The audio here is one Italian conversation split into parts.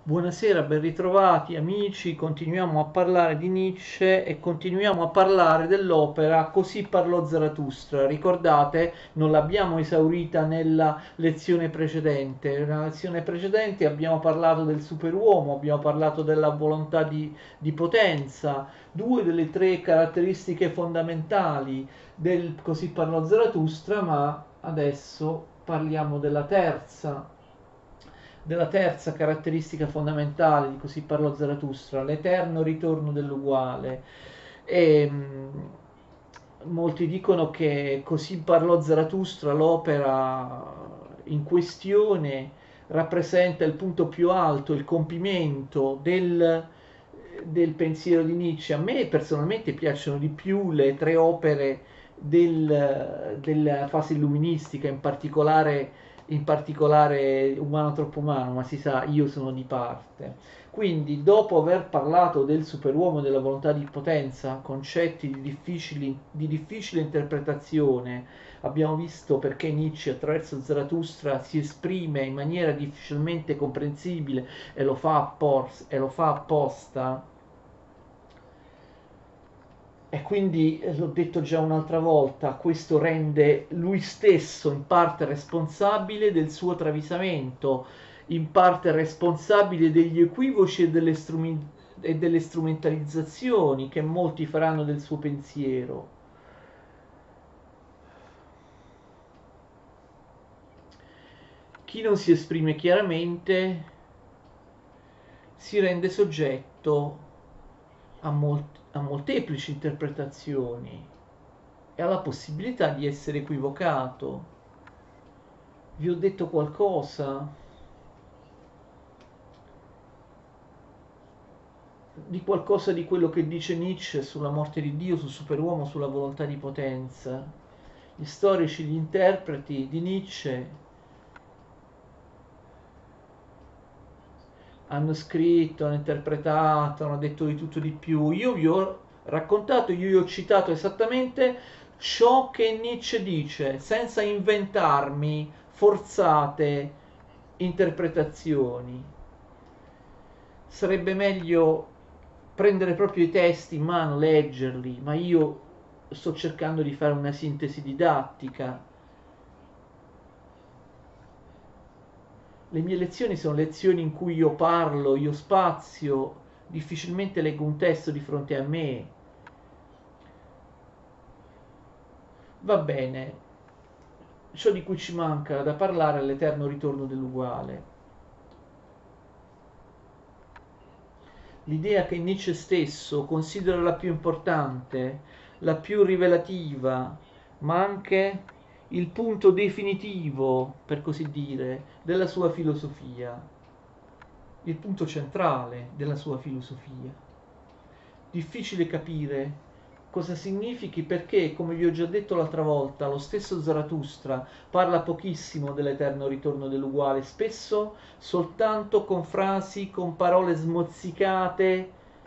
Buonasera, ben ritrovati amici, continuiamo a parlare di Nietzsche e continuiamo a parlare dell'opera Così parlò Zarathustra. Ricordate, non l'abbiamo esaurita nella lezione precedente. Nella lezione precedente abbiamo parlato del superuomo, abbiamo parlato della volontà di potenza, due delle tre caratteristiche fondamentali del Così parlò Zarathustra, ma adesso parliamo della terza caratteristica fondamentale di Così parlò Zarathustra, l'eterno ritorno dell'uguale. E, molti dicono che Così parlò Zarathustra, l'opera in questione, rappresenta il punto più alto, il compimento del pensiero di Nietzsche. A me personalmente piacciono di più le tre opere della fase illuministica, in particolare Umano troppo umano, ma si sa, io sono di parte. Quindi, dopo aver parlato del superuomo e della volontà di potenza, concetti di difficile interpretazione, abbiamo visto perché Nietzsche attraverso Zarathustra si esprime in maniera difficilmente comprensibile e lo fa apposta. E quindi, l'ho detto già un'altra volta, questo rende lui stesso in parte responsabile del suo travisamento, in parte responsabile degli equivoci e delle strumentalizzazioni che molti faranno del suo pensiero. Chi non si esprime chiaramente si rende soggetto a molteplici interpretazioni e alla possibilità di essere equivocato. Vi ho detto qualcosa di qualcosa di quello che dice Nietzsche sulla morte di Dio, sul superuomo, sulla volontà di potenza. Gli storici, gli interpreti di Nietzsche hanno scritto, hanno interpretato, hanno detto di tutto di più. Io vi ho raccontato, io vi ho citato esattamente ciò che Nietzsche dice, senza inventarmi forzate interpretazioni. Sarebbe meglio prendere proprio i testi in mano, leggerli, ma io sto cercando di fare una sintesi didattica. Le mie lezioni sono lezioni in cui io parlo, io spazio, difficilmente leggo un testo di fronte a me. Va bene, ciò di cui ci manca da parlare è l'eterno ritorno dell'uguale. L'idea che Nietzsche stesso considera la più importante, la più rivelativa, ma anche il punto definitivo, per così dire, della sua filosofia, il punto centrale della sua filosofia. Difficile capire cosa significhi perché, come vi ho già detto l'altra volta, lo stesso Zarathustra parla pochissimo dell'eterno ritorno dell'uguale, spesso soltanto con frasi, con parole smozzicate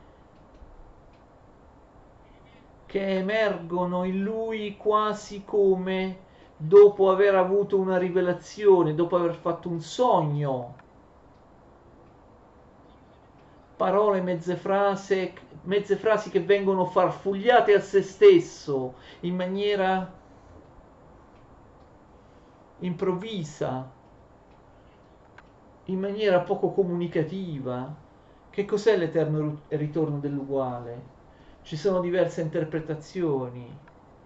che emergono in lui quasi come dopo aver avuto una rivelazione, dopo aver fatto un sogno. Parole, mezze frasi che vengono farfugliate a se stesso in maniera improvvisa, in maniera poco comunicativa. Che cos'è l'eterno ritorno dell'uguale? Ci sono diverse interpretazioni.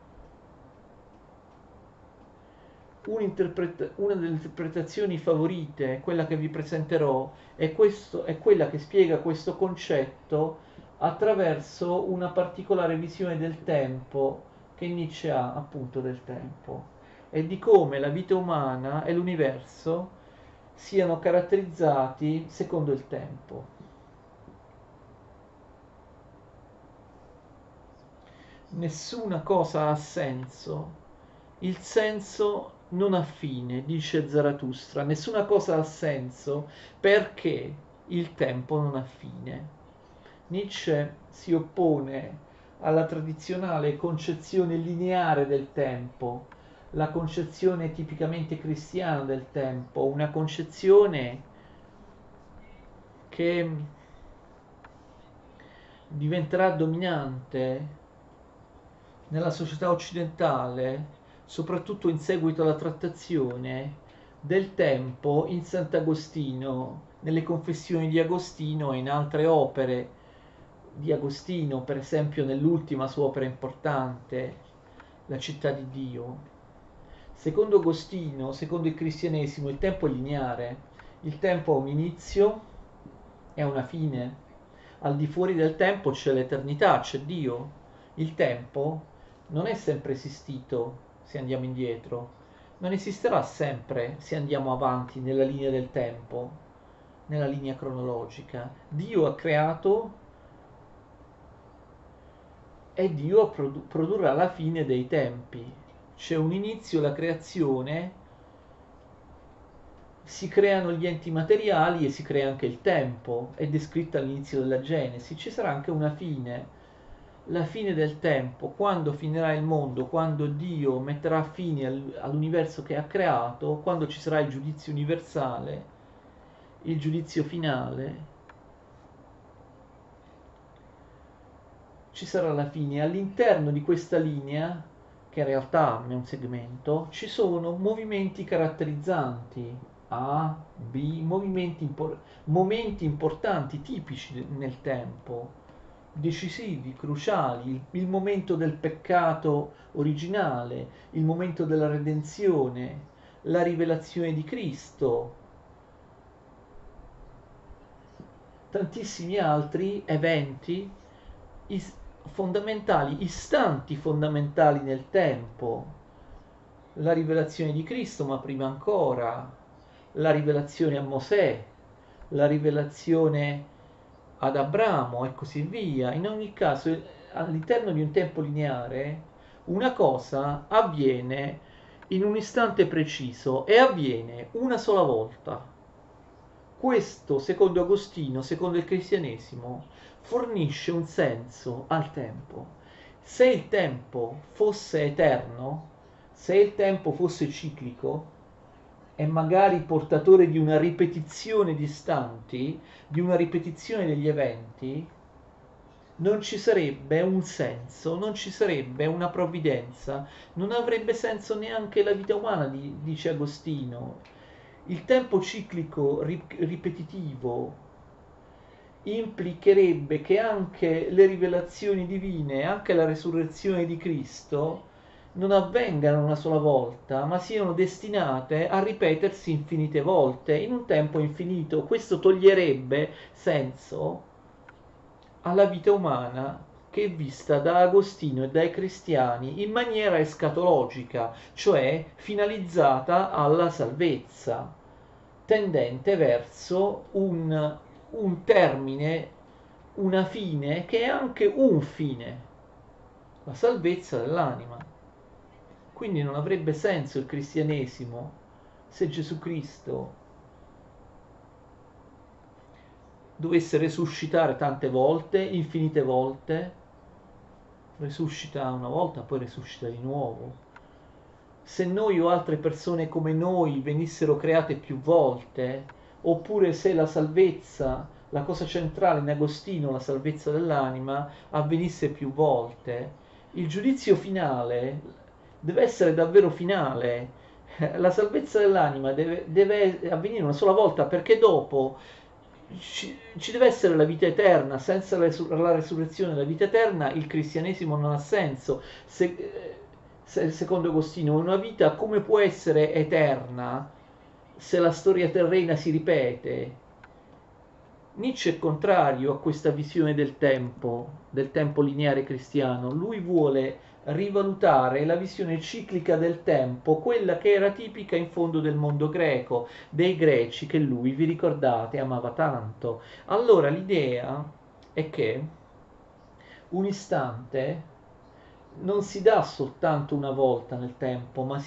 Una delle interpretazioni favorite, quella che vi presenterò, è quella che spiega questo concetto attraverso una particolare visione del tempo che Nietzsche ha appunto del tempo e di come la vita umana e l'universo siano caratterizzati secondo il tempo. Nessuna cosa ha senso, il senso non ha fine, dice Zarathustra, nessuna cosa ha senso perché il tempo non ha fine. Nietzsche si oppone alla tradizionale concezione lineare del tempo, la concezione tipicamente cristiana del tempo, una concezione che diventerà dominante nella società occidentale, soprattutto in seguito alla trattazione del tempo in Sant'Agostino, nelle Confessioni di Agostino e in altre opere di Agostino, per esempio nell'ultima sua opera importante, La città di Dio. Secondo Agostino, secondo il cristianesimo, il tempo è lineare, il tempo ha un inizio e ha una fine. Al di fuori del tempo c'è l'eternità, c'è Dio. Il tempo non è sempre esistito se andiamo indietro, non esisterà sempre se andiamo avanti nella linea del tempo, nella linea cronologica. Dio ha creato e Dio produrrà la fine dei tempi. C'è un inizio, la creazione, si creano gli enti materiali e si crea anche il tempo, è descritta all'inizio della Genesi, ci sarà anche una fine, la fine del tempo, quando finirà il mondo, quando Dio metterà fine all'universo che ha creato, quando ci sarà il giudizio universale, il giudizio finale, ci sarà la fine. All'interno di questa linea, che in realtà è un segmento, ci sono movimenti caratterizzanti, A, B, momenti importanti, tipici nel tempo, decisivi, cruciali, il momento del peccato originale, il momento della redenzione, la rivelazione di Cristo, tantissimi altri eventi fondamentali, istanti fondamentali nel tempo, la rivelazione di Cristo, ma prima ancora la rivelazione a Mosè, la rivelazione ad Abramo e così via. In ogni caso, all'interno di un tempo lineare, una cosa avviene in un istante preciso e avviene una sola volta. Questo, secondo Agostino, secondo il cristianesimo, fornisce un senso al tempo. Se il tempo fosse eterno, se il tempo fosse ciclico e magari portatore di una ripetizione di istanti, di una ripetizione degli eventi, non ci sarebbe un senso, non ci sarebbe una provvidenza, non avrebbe senso neanche la vita umana, dice Agostino. Il tempo ciclico ripetitivo implicherebbe che anche le rivelazioni divine, anche la resurrezione di Cristo, non avvengano una sola volta, ma siano destinate a ripetersi infinite volte in un tempo infinito. Questo toglierebbe senso alla vita umana che è vista da Agostino e dai cristiani in maniera escatologica, cioè finalizzata alla salvezza, tendente verso un termine, una fine che è anche un fine, la salvezza dell'anima. Quindi non avrebbe senso il cristianesimo se Gesù Cristo dovesse resuscitare tante volte, infinite volte, resuscita una volta, poi resuscita di nuovo. Se noi o altre persone come noi venissero create più volte, oppure se la salvezza, la cosa centrale in Agostino, la salvezza dell'anima, avvenisse più volte, il giudizio finale deve essere davvero finale. La salvezza dell'anima deve avvenire una sola volta, perché dopo ci deve essere la vita eterna. Senza la resurrezione e la vita eterna il cristianesimo non ha senso. Secondo Agostino, una vita come può essere eterna se la storia terrena si ripete? Nietzsche è contrario a questa visione del tempo lineare cristiano. Lui vuole rivalutare la visione ciclica del tempo, quella che era tipica in fondo del mondo greco, dei greci che lui, vi ricordate, amava tanto. Allora l'idea è che un istante non si dà soltanto una volta nel tempo, ma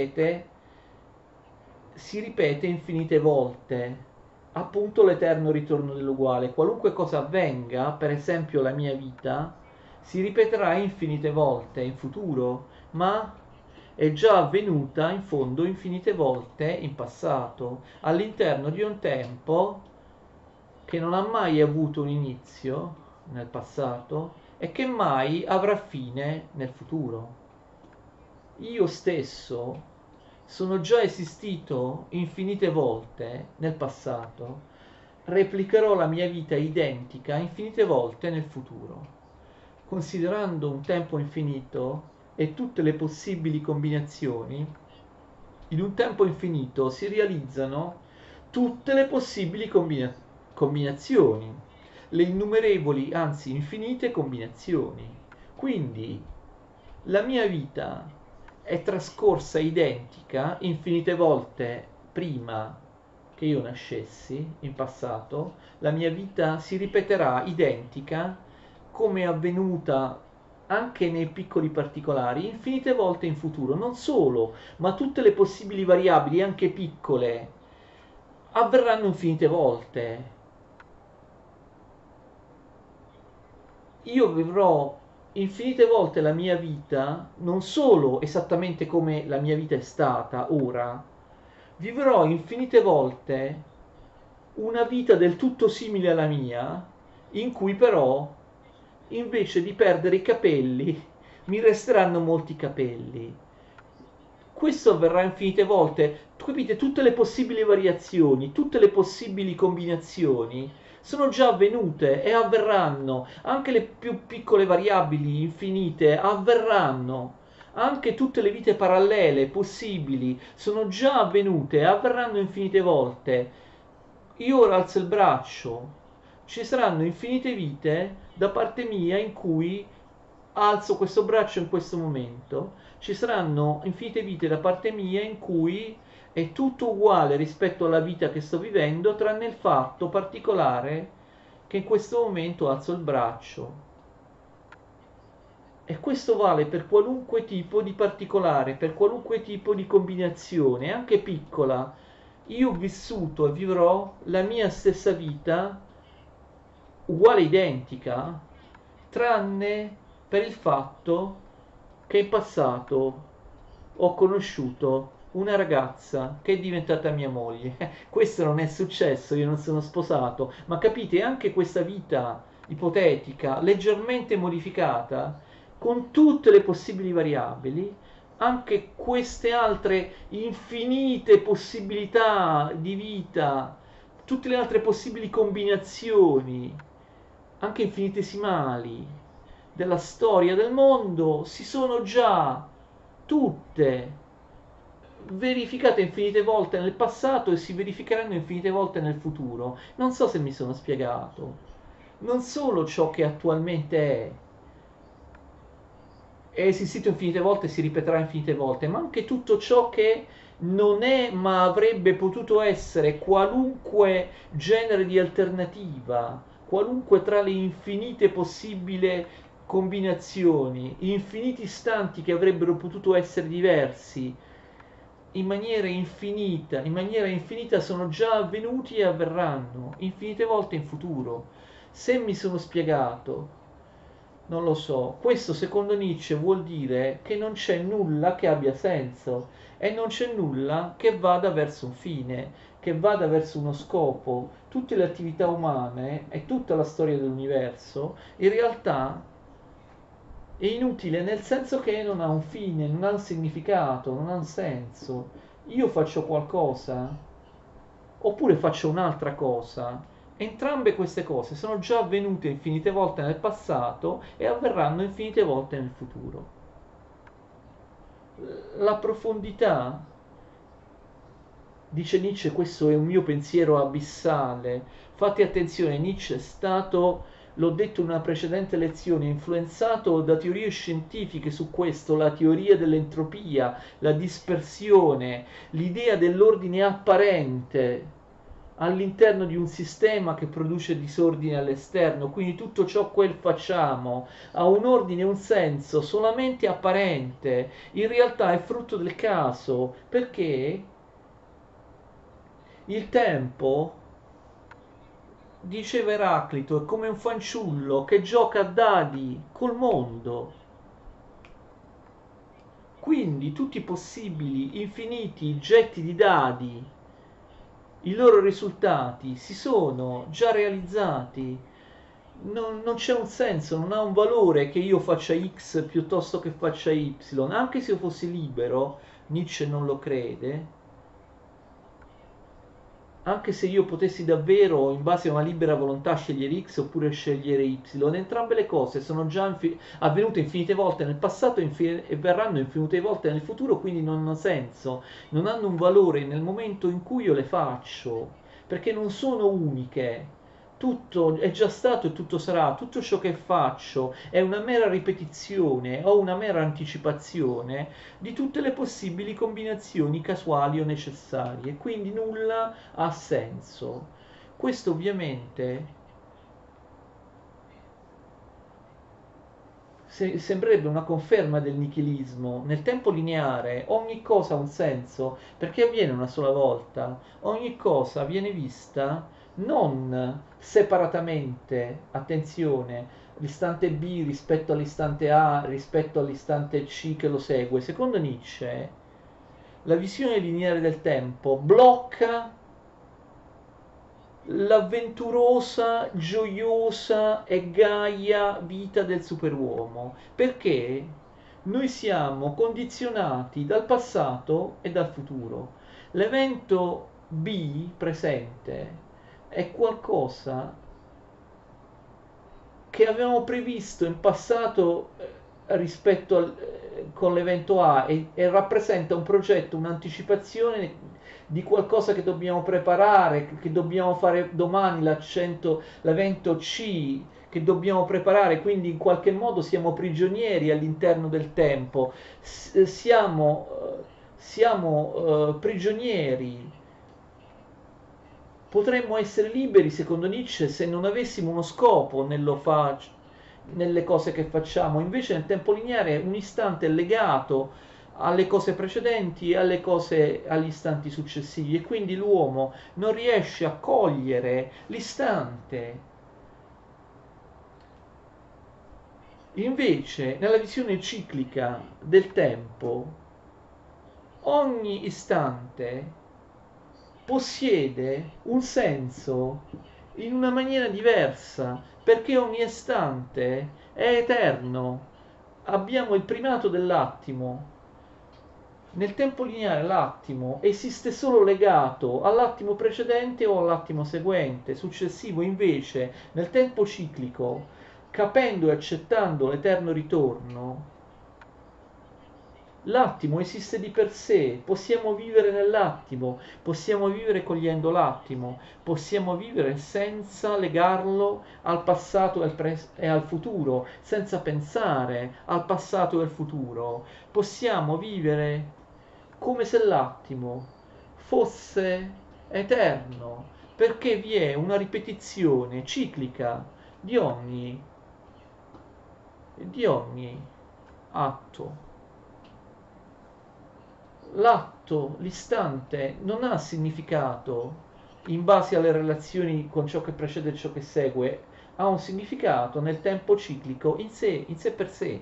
si ripete infinite volte, appunto l'eterno ritorno dell'uguale. Qualunque cosa avvenga, per esempio la mia vita, si ripeterà infinite volte in futuro, ma è già avvenuta in fondo infinite volte in passato, all'interno di un tempo che non ha mai avuto un inizio nel passato e che mai avrà fine nel futuro. Io stesso sono già esistito infinite volte nel passato, replicherò la mia vita identica infinite volte nel futuro. Considerando un tempo infinito e tutte le possibili combinazioni, in un tempo infinito si realizzano tutte le possibili combinazioni, le innumerevoli, anzi infinite combinazioni. Quindi la mia vita è trascorsa identica infinite volte prima che io nascessi in passato, la mia vita si ripeterà identica come è avvenuta anche nei piccoli particolari infinite volte in futuro. Non solo, ma tutte le possibili variabili, anche piccole, avverranno infinite volte. Io vivrò infinite volte la mia vita, non solo esattamente come la mia vita è stata ora, vivrò infinite volte una vita del tutto simile alla mia, in cui però, invece di perdere i capelli, mi resteranno molti capelli. Questo avverrà infinite volte. Capite? Tutte le possibili variazioni, tutte le possibili combinazioni sono già avvenute e avverranno. Anche le più piccole variabili infinite avverranno. Anche tutte le vite parallele possibili sono già avvenute e avverranno infinite volte. Io ora alzo il braccio, ci saranno infinite vite da parte mia in cui alzo questo braccio in questo momento, ci saranno infinite vite da parte mia in cui è tutto uguale rispetto alla vita che sto vivendo, tranne il fatto particolare che in questo momento alzo il braccio. E questo vale per qualunque tipo di particolare, per qualunque tipo di combinazione, anche piccola. Io ho vissuto e vivrò la mia stessa vita uguale identica, tranne per il fatto che in passato ho conosciuto una ragazza che è diventata mia moglie. Questo non è successo, io non sono sposato, ma capite, anche questa vita ipotetica, leggermente modificata, con tutte le possibili variabili, anche queste altre infinite possibilità di vita, tutte le altre possibili combinazioni, anche infinitesimali, della storia del mondo, si sono già tutte verificate infinite volte nel passato e si verificheranno infinite volte nel futuro. Non so se mi sono spiegato. Non solo ciò che attualmente è esistito infinite volte e si ripeterà infinite volte, ma anche tutto ciò che non è ma avrebbe potuto essere, qualunque genere di alternativa, qualunque tra le infinite possibili combinazioni, infiniti istanti che avrebbero potuto essere diversi, in maniera infinita sono già avvenuti e avverranno infinite volte in futuro. Se mi sono spiegato, non lo so. Questo secondo Nietzsche vuol dire che non c'è nulla che abbia senso e non c'è nulla che vada verso un fine, che vada verso uno scopo. Tutte le attività umane e tutta la storia dell'universo in realtà è inutile nel senso che non ha un fine, non ha un significato, non ha un senso. Io faccio qualcosa oppure faccio un'altra cosa. Entrambe queste cose sono già avvenute infinite volte nel passato e avverranno infinite volte nel futuro. La profondità, dice Nietzsche, questo è un mio pensiero abissale. Fate attenzione, Nietzsche è stato, l'ho detto in una precedente lezione, influenzato da teorie scientifiche su questo, la teoria dell'entropia, la dispersione, l'idea dell'ordine apparente all'interno di un sistema che produce disordine all'esterno, quindi tutto ciò che facciamo ha un ordine e un senso solamente apparente, in realtà è frutto del caso, perché il tempo, diceva Eraclito, è come un fanciullo che gioca a dadi col mondo. Quindi tutti i possibili infiniti getti di dadi i loro risultati si sono già realizzati. Non c'è un senso, non ha un valore che io faccia X piuttosto che faccia Y, anche se io fossi libero, Nietzsche non lo crede, anche se io potessi davvero, in base a una libera volontà, scegliere X oppure scegliere Y, entrambe le cose sono già avvenute infinite volte nel passato e verranno infinite volte nel futuro, quindi non hanno senso, non hanno un valore nel momento in cui io le faccio, perché non sono uniche. Tutto è già stato e tutto sarà, tutto ciò che faccio è una mera ripetizione o una mera anticipazione di tutte le possibili combinazioni casuali o necessarie, quindi nulla ha senso. Questo ovviamente sembrerebbe una conferma del nichilismo. Nel tempo lineare ogni cosa ha un senso perché avviene una sola volta, ogni cosa viene vista non separatamente, attenzione, l'istante B rispetto all'istante A rispetto all'istante C che lo segue. Secondo Nietzsche, la visione lineare del tempo blocca l'avventurosa, gioiosa e gaia vita del superuomo, perché noi siamo condizionati dal passato e dal futuro. L'evento B presente è qualcosa che avevamo previsto in passato con l'evento A e rappresenta un progetto, un'anticipazione di qualcosa che dobbiamo preparare, che dobbiamo fare domani, l'evento C che dobbiamo preparare, quindi in qualche modo siamo prigionieri all'interno del tempo, siamo prigionieri. Potremmo essere liberi, secondo Nietzsche, se non avessimo uno scopo nelle cose che facciamo. Invece nel tempo lineare un istante è legato alle cose precedenti e agli istanti successivi e quindi l'uomo non riesce a cogliere l'istante. Invece, nella visione ciclica del tempo, ogni istante possiede un senso in una maniera diversa, perché ogni istante è eterno. Abbiamo il primato dell'attimo. Nel tempo lineare l'attimo esiste solo legato all'attimo precedente o all'attimo seguente, successivo invece nel tempo ciclico, capendo e accettando l'eterno ritorno, l'attimo esiste di per sé, possiamo vivere nell'attimo, possiamo vivere cogliendo l'attimo, possiamo vivere senza legarlo al passato e al futuro, senza pensare al passato e al futuro. Possiamo vivere come se l'attimo fosse eterno, perché vi è una ripetizione ciclica di ogni atto. L'atto, l'istante non ha significato in base alle relazioni con ciò che precede e ciò che segue, ha un significato nel tempo ciclico in sé per sé.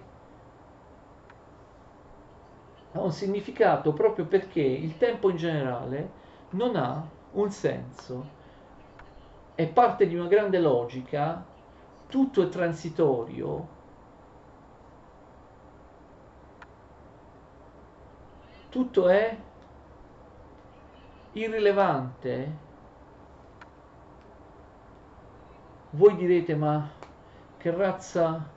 Ha un significato proprio perché il tempo in generale non ha un senso. È parte di una grande logica, tutto è transitorio, tutto è irrilevante. Voi direte, ma che razza,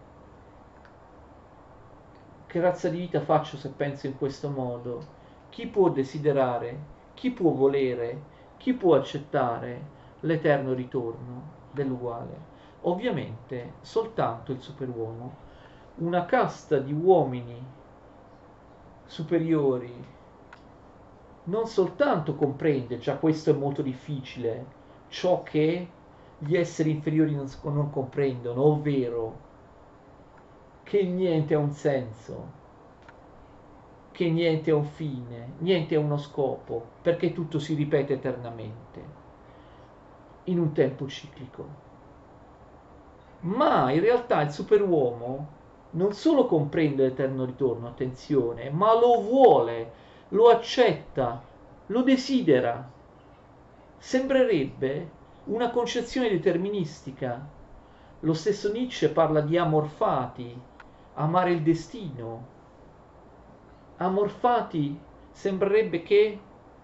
che razza di vita faccio se penso in questo modo? Chi può desiderare, chi può volere, chi può accettare l'eterno ritorno dell'uguale? Ovviamente soltanto il superuomo, una casta di uomini superiori non soltanto comprende, già questo è molto difficile, ciò che gli esseri inferiori non comprendono, ovvero che niente ha un senso, che niente ha un fine, niente ha uno scopo, perché tutto si ripete eternamente, in un tempo ciclico. Ma in realtà il superuomo non solo comprende l'eterno ritorno, attenzione, ma lo vuole, lo accetta, lo desidera. Sembrerebbe una concezione deterministica. Lo stesso Nietzsche parla di amor fati, amare il destino. Amor fati sembrerebbe che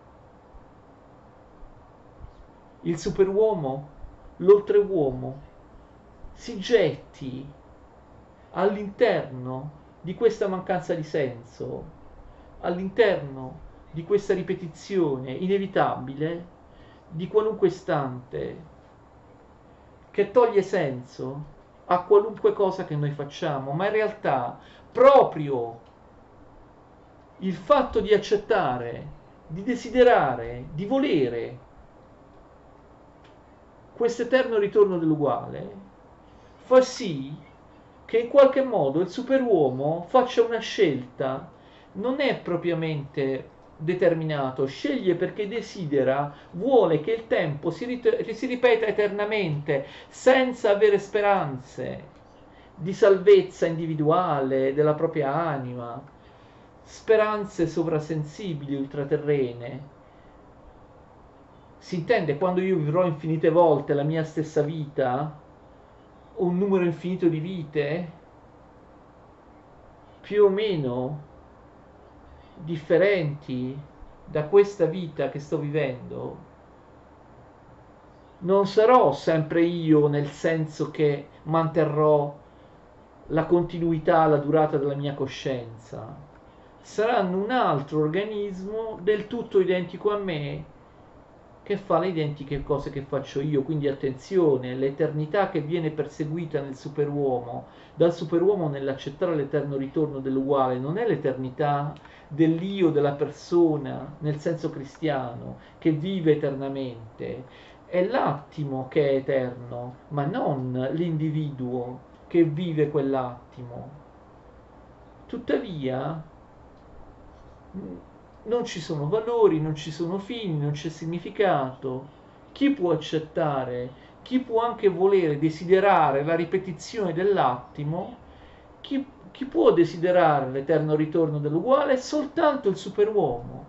il superuomo, l'oltreuomo, si getti all'interno di questa mancanza di senso, all'interno di questa ripetizione inevitabile di qualunque istante che toglie senso a qualunque cosa che noi facciamo, ma in realtà proprio il fatto di accettare, di desiderare, di volere questo eterno ritorno dell'uguale fa sì che in qualche modo il superuomo faccia una scelta, non è propriamente determinato, sceglie perché desidera, vuole che il tempo si ripeta eternamente, senza avere speranze di salvezza individuale della propria anima, speranze sovrasensibili, ultraterrene. Si intende, quando io vivrò infinite volte la mia stessa vita, un numero infinito di vite, più o meno differenti da questa vita che sto vivendo, non sarò sempre io, nel senso che manterrò la continuità, la durata della mia coscienza. Saranno un altro organismo del tutto identico a me che fa le identiche cose che faccio io. Quindi attenzione, l'eternità che viene perseguita nel superuomo, dal superuomo nell'accettare l'eterno ritorno dell'uguale, non è l'eternità dell'io, della persona, nel senso cristiano, che vive eternamente. È l'attimo che è eterno, ma non l'individuo che vive quell'attimo. Tuttavia, non ci sono valori, non ci sono fini, non c'è significato. Chi può accettare, chi può anche volere, desiderare la ripetizione dell'attimo, chi può desiderare l'eterno ritorno dell'uguale? Soltanto il superuomo.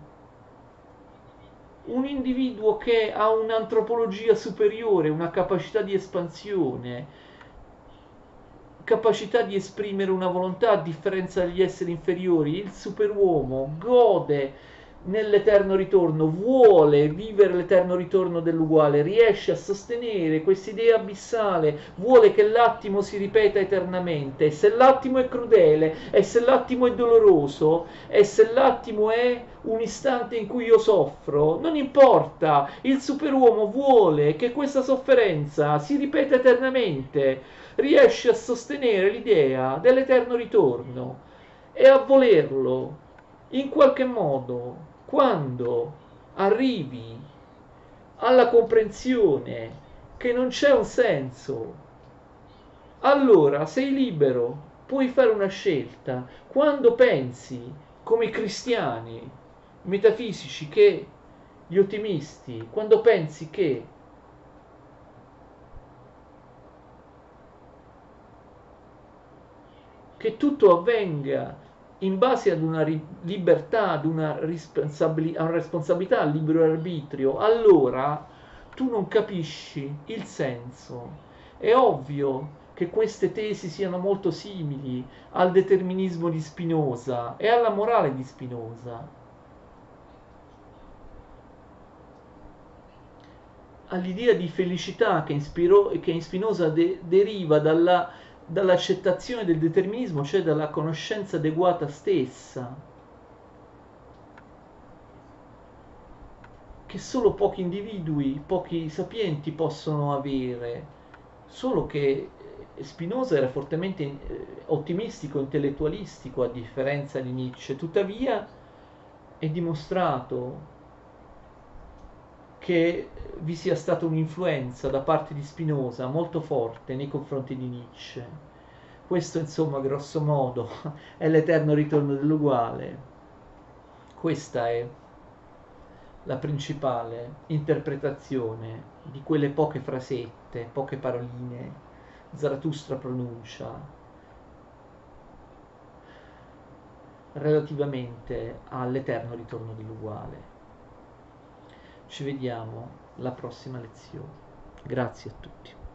Un individuo che ha un'antropologia superiore, una capacità di espansione, capacità di esprimere una volontà a differenza degli esseri inferiori. Il superuomo gode nell'eterno ritorno, vuole vivere l'eterno ritorno dell'uguale, riesce a sostenere quest'idea abissale, vuole che l'attimo si ripeta eternamente. E se l'attimo è crudele, e se l'attimo è doloroso, e se l'attimo è un istante in cui io soffro, non importa, il superuomo vuole che questa sofferenza si ripeta eternamente, riesce a sostenere l'idea dell'eterno ritorno e a volerlo in qualche modo quando arrivi alla comprensione che non c'è un senso, allora sei libero, puoi fare una scelta. Quando pensi, come i cristiani metafisici, che gli ottimisti, quando pensi che tutto avvenga in base ad una libertà, ad una responsabilità, al libero arbitrio, allora tu non capisci il senso. È ovvio che queste tesi siano molto simili al determinismo di Spinoza e alla morale di Spinoza, all'idea di felicità che in Spinoza deriva dall'accettazione del determinismo, cioè dalla conoscenza adeguata stessa, che solo pochi individui, pochi sapienti possono avere. Solo che Spinoza era fortemente ottimistico, intellettualistico, a differenza di Nietzsche. Tuttavia è dimostrato che vi sia stata un'influenza da parte di Spinoza molto forte nei confronti di Nietzsche. Questo, insomma, grosso modo, è l'eterno ritorno dell'uguale. Questa è la principale interpretazione di quelle poche frasette, poche paroline Zarathustra pronuncia relativamente all'eterno ritorno dell'uguale. Ci vediamo la prossima lezione. Grazie a tutti.